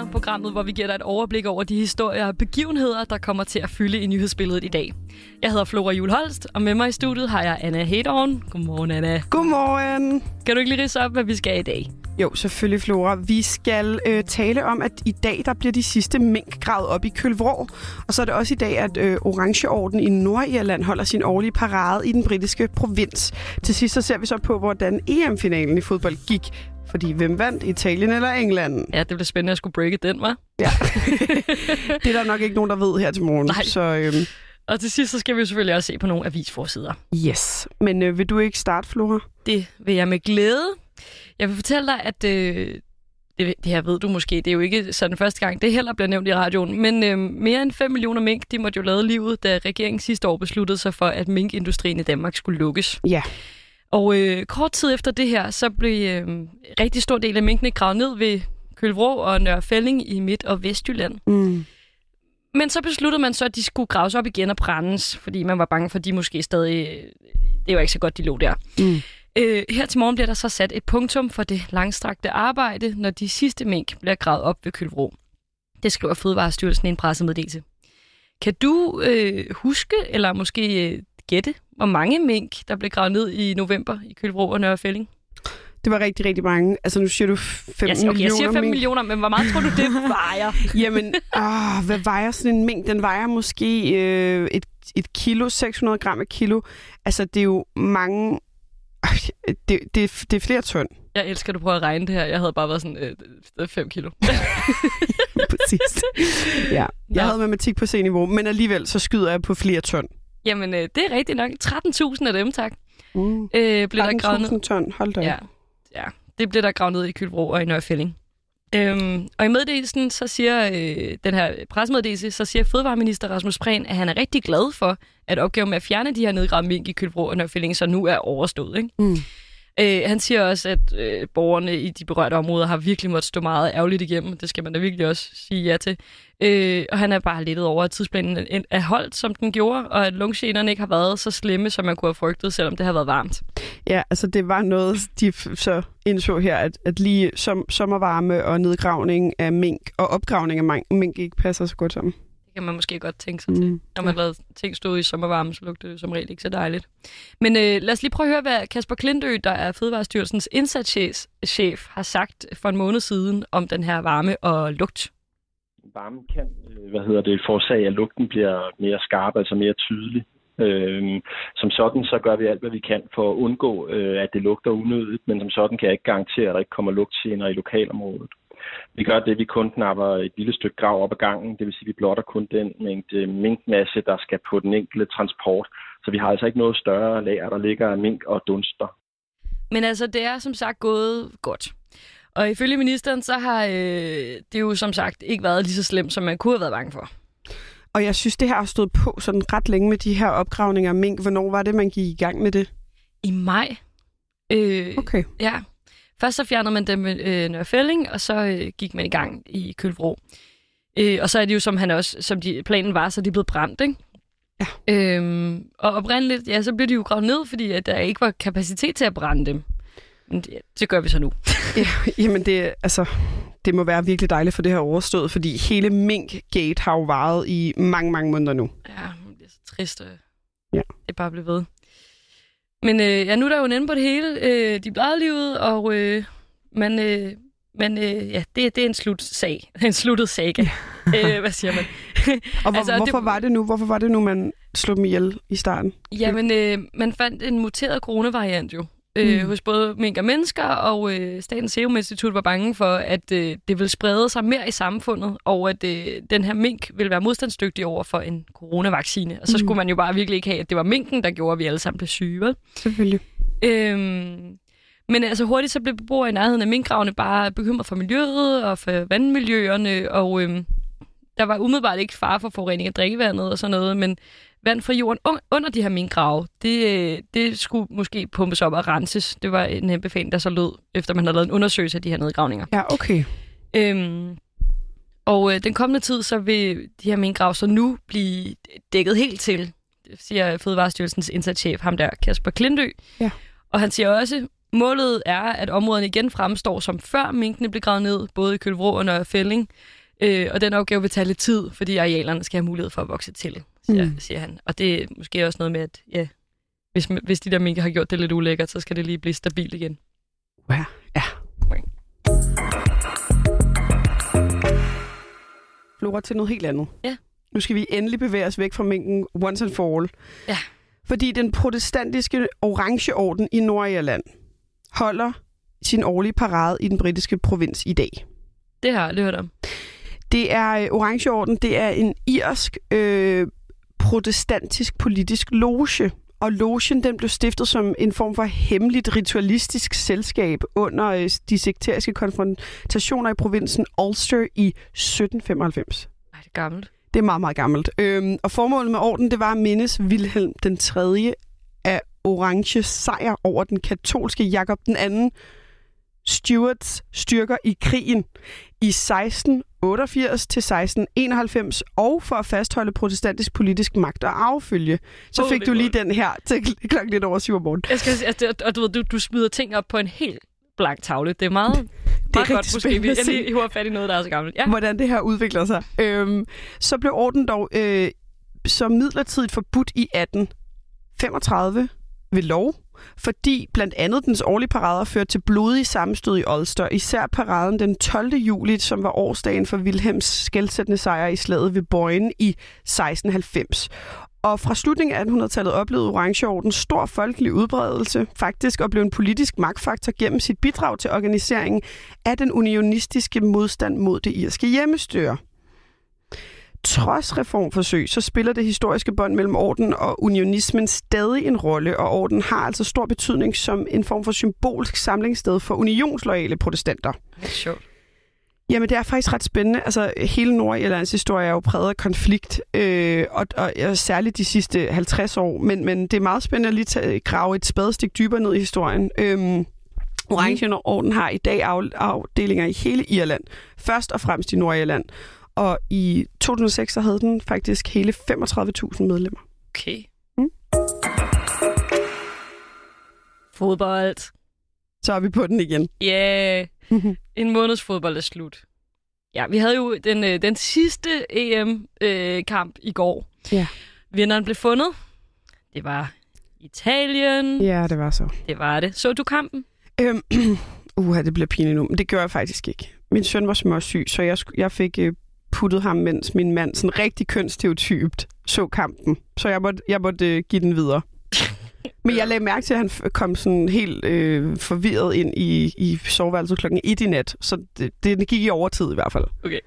programmet, hvor vi giver dig et overblik over de historier og begivenheder, der kommer til at fylde i nyhedsbilledet i dag. Jeg hedder Flora Juhl Holst, og med mig i studiet har jeg Anna Hedorn. Godmorgen, Anna. Godmorgen. Kan du ikke lige ridse op, hvad vi skal i dag? Jo, selvfølgelig, Flora. Vi skal tale om, at i dag der bliver de sidste mink gravet op i Kølvrå. Og så er det også i dag, at Orangeorden i Nordirland holder sin årlige parade i den britiske provins. Til sidst så ser vi så på, hvordan EM-finalen i fodbold gik. Fordi hvem vandt? Italien eller England? Ja, det bliver spændende at skulle breake den, hva'? Ja. Det er der nok ikke nogen, der ved her til morgen. Nej. Så, Og til sidst så skal vi jo selvfølgelig også se på nogle avisforsider. Yes. Men vil du ikke starte, Flora? Det vil jeg med glæde. Jeg vil fortælle dig, at det her ved du måske, det er jo ikke sådan første gang, det heller bliver nævnt i radioen, men mere end 5 millioner mink, de måtte jo lade livet, da regeringen sidste år besluttede sig for, at minkindustrien i Danmark skulle lukkes. Ja. Og kort tid efter det her, så blev rigtig stor del af minkene gravet ned ved Kølvrå og Nørre Fælling i Midt- og Vestjylland. Mm. Men så besluttede man så, at de skulle graves op igen og brændes, fordi man var bange for, at de måske stadig... Det var ikke så godt, de lå der. Mm. Her til morgen bliver der så sat et punktum for det langstrakte arbejde, når de sidste mink bliver gravet op ved Kølvrå. Det skriver Fødevarestyrelsen i en pressemeddelelse. Kan du huske, eller måske gætte, hvor mange mink, der blev gravet ned i november i Kølvrå og Nørre Fælling? Det var rigtig, rigtig mange. Altså, nu siger du 5 millioner. Jeg siger 5 mink. millioner, men hvor meget tror du, det vejer? Jamen, hvad vejer sådan en mink? Den vejer måske et kilo, 600 gram et kilo. Altså, det er jo mange... Det er flere ton. Jeg elsker, at du prøver at regne det her. Jeg havde bare været sådan 5 kilo. Præcis. Ja. Jeg havde matematik på C-niveau, men alligevel så skyder jeg på flere ton. Jamen, det er rigtigt nok. 13.000 af dem, tak. Blev der gravet ned. Ton, hold da. Ja, det blev der gravet ned i Kølvrå og i Nørre Fælling. Og i meddelelsen, så siger den her pressemeddelelse, så siger fødevareminister Rasmus Prehn, at han er rigtig glad for, at opgaven med at fjerne de her nedgravede mink i Kølvrå og Nørre Fælling så nu er overstået. Ikke? Mm. Han siger også, at borgerne i de berørte områder har virkelig måttet stå meget ærgerligt igennem. Det skal man da virkelig også sige ja til. Og han er bare lettet over, at tidsplanen er holdt, som den gjorde, og at lunggenerne ikke har været så slemme, som man kunne have frygtet, selvom det har været varmt. Ja, altså det var noget, de så indså her, at lige sommervarme og nedgravning af mink og opgravning af mink ikke passer så godt sammen. Det kan man måske godt tænke sig til. Når man lader ting stå i sommervarme, så lugter det som regel ikke så dejligt. Men lad os lige prøve at høre, hvad Kasper Klintø, der er Fødevarestyrelsens indsatschef, har sagt for en måned siden om den her varme og lugt. Varmen kan forårsage, at lugten bliver mere skarp, altså mere tydelig. Som sådan, så gør vi alt, hvad vi kan for at undgå, at det lugter unødigt, men som sådan kan jeg ikke garantere, at der ikke kommer lugtgener i lokalområdet. Vi gør det, vi kun knapper et lille stykke grav op ad gangen, det vil sige, at vi blotter kun den mængde minkmasse, der skal på den enkelte transport. Så vi har altså ikke noget større lager, der ligger af mink og dunster. Men altså, det er som sagt gået godt. Og ifølge ministeren, så har det jo som sagt ikke været lige så slemt, som man kunne have været bange for. Og jeg synes, det her har stået på sådan ret længe med de her opgravninger af mink. Hvornår var det, man gik i gang med det? I maj. Okay. Ja. Først så fjernede man dem med Nørre Fælling, og så gik man i gang i Kølvrå. Og så er det jo, som planen var, så de er blevet brændt, ikke? Ja. Og oprindeligt, ja, så blev de jo gravet ned, fordi at der ikke var kapacitet til at brænde dem. Men det gør vi så nu. Ja, jamen det må være virkelig dejligt for det her overstået, fordi hele Mink-gate har jo varet i mange, mange måneder nu. Ja, det er så trist, det er bare blevet ved. Men nu er der jo en ende på det hele. De bladede livet, og det er en slutsag. En sluttet saga. Hvad siger man? Og hvorfor var det nu, man slog dem ihjel i starten? Jamen, man fandt en muteret coronavariant jo. Hos både mink og mennesker, og Statens Serum Institut var bange for, at det ville sprede sig mere i samfundet, og at den her mink ville være modstandsdygtig over for en coronavaccine. Og så skulle man jo bare virkelig ikke have, at det var minken, der gjorde, at vi alle sammen blev syge, vel? Selvfølgelig. Men altså hurtigt så blev beboere i nærheden af minkgravene bare bekymret for miljøet og for vandmiljøerne, og der var umiddelbart ikke fare for forurening af drikkevandet og sådan noget, men vand fra jorden under de her minkgrave, det skulle måske pumpes op og renses. Det var en anbefaling, der så lød, efter man havde lavet en undersøgelse af de her nedgravninger. Ja, okay. Og den kommende tid, så vil de her minkgrave så nu blive dækket helt til, siger Fødevarestyrelsens indsatschef, ham der, Kasper Klintø. Ja. Og han siger også, målet er, at områderne igen fremstår som før minkene blev gravet ned, både i Kølvrå og Nørre Fælling. Og den opgave vil tage lidt tid, fordi arealerne skal have mulighed for at vokse til, siger han. Og det er måske også noget med, at hvis de der mink har gjort det lidt ulækkert, så skal det lige blive stabilt igen. Ja. Flora, til noget helt andet. Ja. Nu skal vi endelig bevæge os væk fra minken once and for all. Ja. Fordi den protestantiske Orangeorden i Nordirland holder sin årlige parade i den britiske provins i dag. Det har jeg aldrig hørt om. Det er Orangeorden, det er en irsk protestantisk politisk loge. Og logen, den blev stiftet som en form for hemmeligt ritualistisk selskab under de sekteriske konfrontationer i provinsen Ulster i 1795. Ej, det er gammelt. Det er meget, meget gammelt. Og formålet med orden, det var at mindes Vilhelm den 3. af Orange sejr over den katolske Jakob den 2. Stuarts styrker i krigen i 1688 til 1691, og for at fastholde protestantisk politisk magt og arvefølge. Så fik du lige den her til klokken lidt over 7 om morgenen. Jeg skal sige, og du smider ting op på en helt blank tavle. Det er meget det er rigtig godt, måske. Jeg lige hiver fat i noget, der er så gammelt. Ja. Hvordan det her udvikler sig. Så blev orden dog så midlertidigt forbudt i 1835 ved lov, fordi blandt andet dens årlige parader førte til blodige sammenstød i Ulster. Især paraden den 12. juli, som var årsdagen for Vilhelms skelsættende sejr i slaget ved Boyne i 1690. Og fra slutningen af 1800-tallet oplevede Orangeorden stor folkelig udbredelse, faktisk, og blev en politisk magtfaktor gennem sit bidrag til organiseringen af den unionistiske modstand mod det irske hjemmestyre. Trods reformforsøg, så spiller det historiske bånd mellem orden og unionismen stadig en rolle, og orden har altså stor betydning som en form for symbolsk samlingssted for unionsloyale protestanter. Det er sjovt. Jamen, det er faktisk ret spændende. Altså, hele Nordirlands historie er jo præget af konflikt, og særligt de sidste 50 år. Men det er meget spændende at lige grave et spadestik dybere ned i historien. Orangeorden har i dag afdelinger i hele Irland. Først og fremmest i Nordirland. Og i 2006 så havde den faktisk hele 35.000 medlemmer. Okay. Fodbold. Så er vi på den igen. Yeah. En måneds fodbold er slut. Ja, vi havde jo den sidste EM-kamp i går. Ja. Vinderen blev fundet. Det var Italien. Ja, det var så. Det var det. Så du kampen? Det bliver pinligt nu, men det gør jeg faktisk ikke. Min søn var småsyg, så jeg fik puttet ham, mens min mand sådan rigtig kønsstereotypt så kampen. Så jeg måtte give den videre. Men jeg lagde mærke til, at han kom sådan helt forvirret ind i soveværelset klokken 1 i nat. Så det gik i overtid i hvert fald. Okay.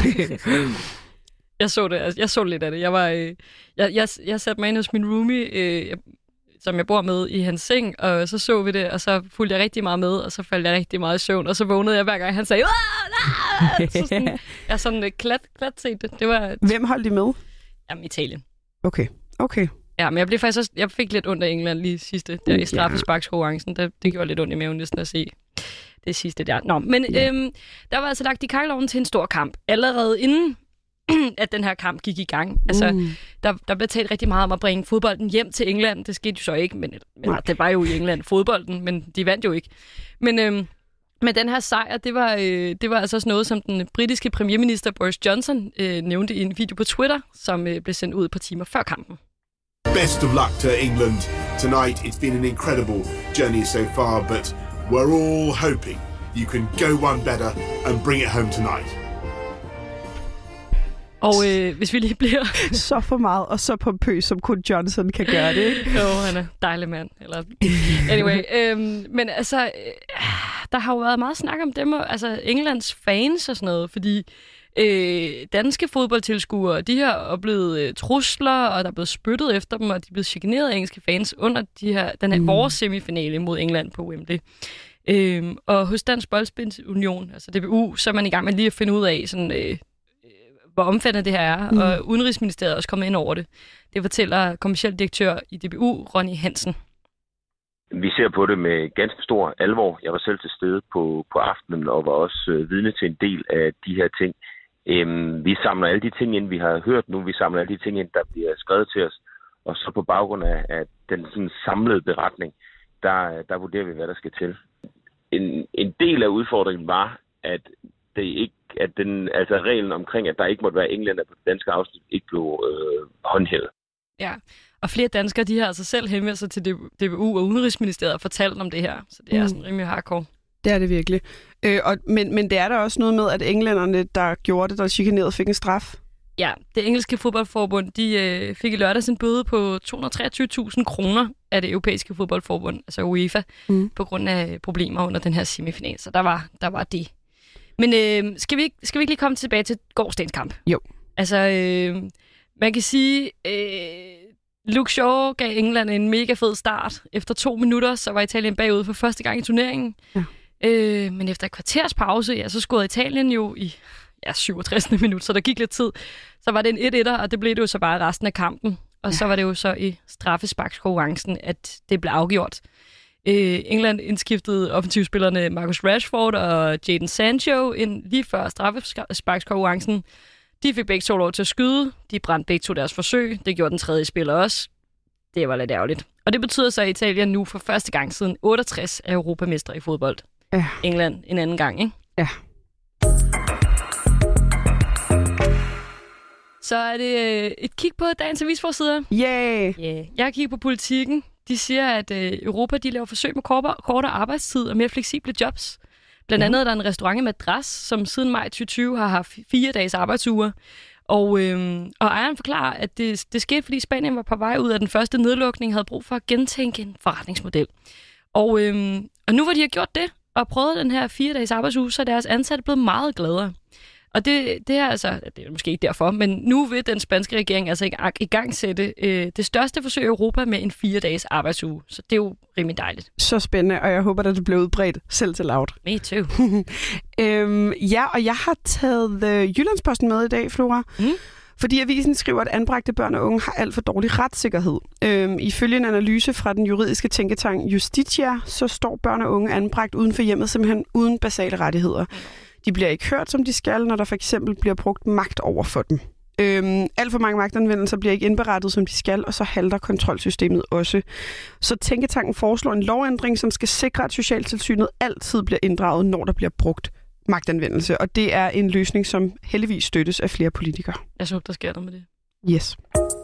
Jeg så lidt af det. Jeg satte mig ind hos min roomie, som jeg bor med i hans seng, og så vi det, og så fulgte jeg rigtig meget med, og så faldt jeg rigtig meget i søvn, og så vågnede jeg hver gang, han sagde, så sådan, jeg sådan klat set det. Det var... Hvem holdt I med? Jamen, Italien. Okay. Ja, men jeg blev faktisk også, jeg fik lidt ondt af England lige sidste, der i straffesparkskonkurrencen. Det gjorde lidt ondt i maven næsten at se det sidste der. Nå, men der var altså lagt i kakkelovnen til en stor kamp. Allerede inden at den her kamp gik i gang. Altså, der blev talt rigtig meget om at bringe fodbolden hjem til England. Det skete jo så ikke, men det var jo i England fodbolden, men de vandt jo ikke. Men den her sejr, det var altså også noget, som den britiske premierminister Boris Johnson nævnte i en video på Twitter, som blev sendt ud på timer før kampen. Best of luck to England tonight. It's been an incredible journey so far, but we're all hoping you can go one better and bring it home tonight. Og hvis vi lige bliver... så for meget og så pompøs, som kun Johnson kan gøre det, ikke? Jo, han er dejlig mand. Eller... Anyway, men altså, der har jo været meget snak om dem, altså Englands fans og sådan noget, fordi danske fodboldtilskuere, de har oplevet trusler, og der er blevet spyttet efter dem, og de er blevet chikaneret af engelske fans under den her vores semifinale mod England på Wembley. Og hos Dansk Boldspilsunion, altså DBU, så er man i gang med lige at finde ud af, sådan, hvor omfattende det her er, og Udenrigsministeriet er også kommet ind over det. Det fortæller kommerciel direktør i DBU, Ronny Hansen. Vi ser på det med ganske stor alvor. Jeg var selv til stede på aftenen og var også vidne til en del af de her ting. Vi samler alle de ting ind, vi har hørt nu. Vi samler alle de ting ind, der bliver skrevet til os. Og så på baggrund af den sådan samlede beretning, der vurderer vi, hvad der skal til. En del af udfordringen var, at det ikke at reglen omkring, at der ikke måtte være englænder på det danske afsnit, ikke blev håndhævet. Ja, og flere danskere, de har altså selv henvendt sig til DBU og Udenrigsministeriet og fortalt om det her. Så det er sådan rimelig hardcore. Det er det virkelig. Men det er der også noget med, at englænderne, der gjorde det, der chikanerede, fik en straf. Ja, det engelske fodboldforbund, de fik i lørdags en bøde på 223.000 kroner af det europæiske fodboldforbund, altså UEFA, på grund af problemer under den her semifinal. Så der var det. Men skal vi ikke lige komme tilbage til gårsdagens kamp? Jo. Altså, man kan sige, Luke Shaw gav England en mega fed start. Efter 2 minutter, så var Italien bagud for første gang i turneringen. Ja. Men efter et kvarters pause, ja, så scorede Italien jo i 67. minut, så der gik lidt tid. Så var det en 1-1'er, og det blev det jo så bare resten af kampen. Og så var det jo så i straffesparkskonkurrencen, at det blev afgjort. England indskiftede offensivspillerne Marcus Rashford og Jadon Sancho ind lige før straffesparkskonkurrencen. De fik begge to lov til at skyde. De brændte begge to deres forsøg. Det gjorde den tredje spiller også. Det var lidt ærgerligt. Og det betyder så, at Italien nu for første gang siden 68 er europamestre i fodbold. Ja. England en anden gang, ikke? Ja. Så er det et kig på dagens avisforsider. Yeah. Jeg har kigget på Politikken. De siger, at Europa de laver forsøg med kortere arbejdstid og mere fleksible jobs. Blandt andet er der en restaurant i Madras, som siden maj 2020 har haft 4 dages arbejdsuger. Og ejeren forklarer, at det skete, fordi Spanien var på vej ud af den første nedlukning, havde brug for at gentænke en forretningsmodel. Og nu hvor de har gjort det og prøvet den her 4 dages arbejdsuge, så er deres ansatte blevet meget gladere. Og det er altså, det er måske ikke derfor, men nu vil den spanske regering altså i gang sætte det største forsøg i Europa med en 4 dages arbejdsuge. Så det er jo rimelig dejligt. Så spændende, og jeg håber, at det bliver udbredt selv til Loud. Me too. Og jeg har taget Jyllandsposten med i dag, Flora. Fordi avisen skriver, at anbragte børn og unge har alt for dårlig retssikkerhed. Ifølge en analyse fra den juridiske tænketank Justitia, så står børn og unge anbragt uden for hjemmet simpelthen uden basale rettigheder. De bliver ikke hørt, som de skal, når der for eksempel bliver brugt magt over for dem. Alt for mange magtanvendelser bliver ikke indberettet, som de skal, og så halter kontrolsystemet også. Så Tænketanken foreslår en lovændring, som skal sikre, at Socialtilsynet altid bliver inddraget, når der bliver brugt magtanvendelse. Og det er en løsning, som heldigvis støttes af flere politikere. Jeg håber, der sker noget med det. Yes.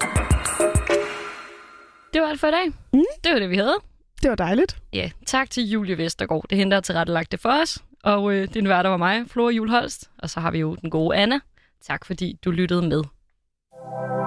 Det var alt for i dag. Det var det, vi havde. Det var dejligt. Ja, tak til Julie Vestergaard. Det henter tilrettelagt det for os. Og din vært var mig, Flora Juhl Holst. Og så har vi jo den gode Anna. Tak fordi du lyttede med.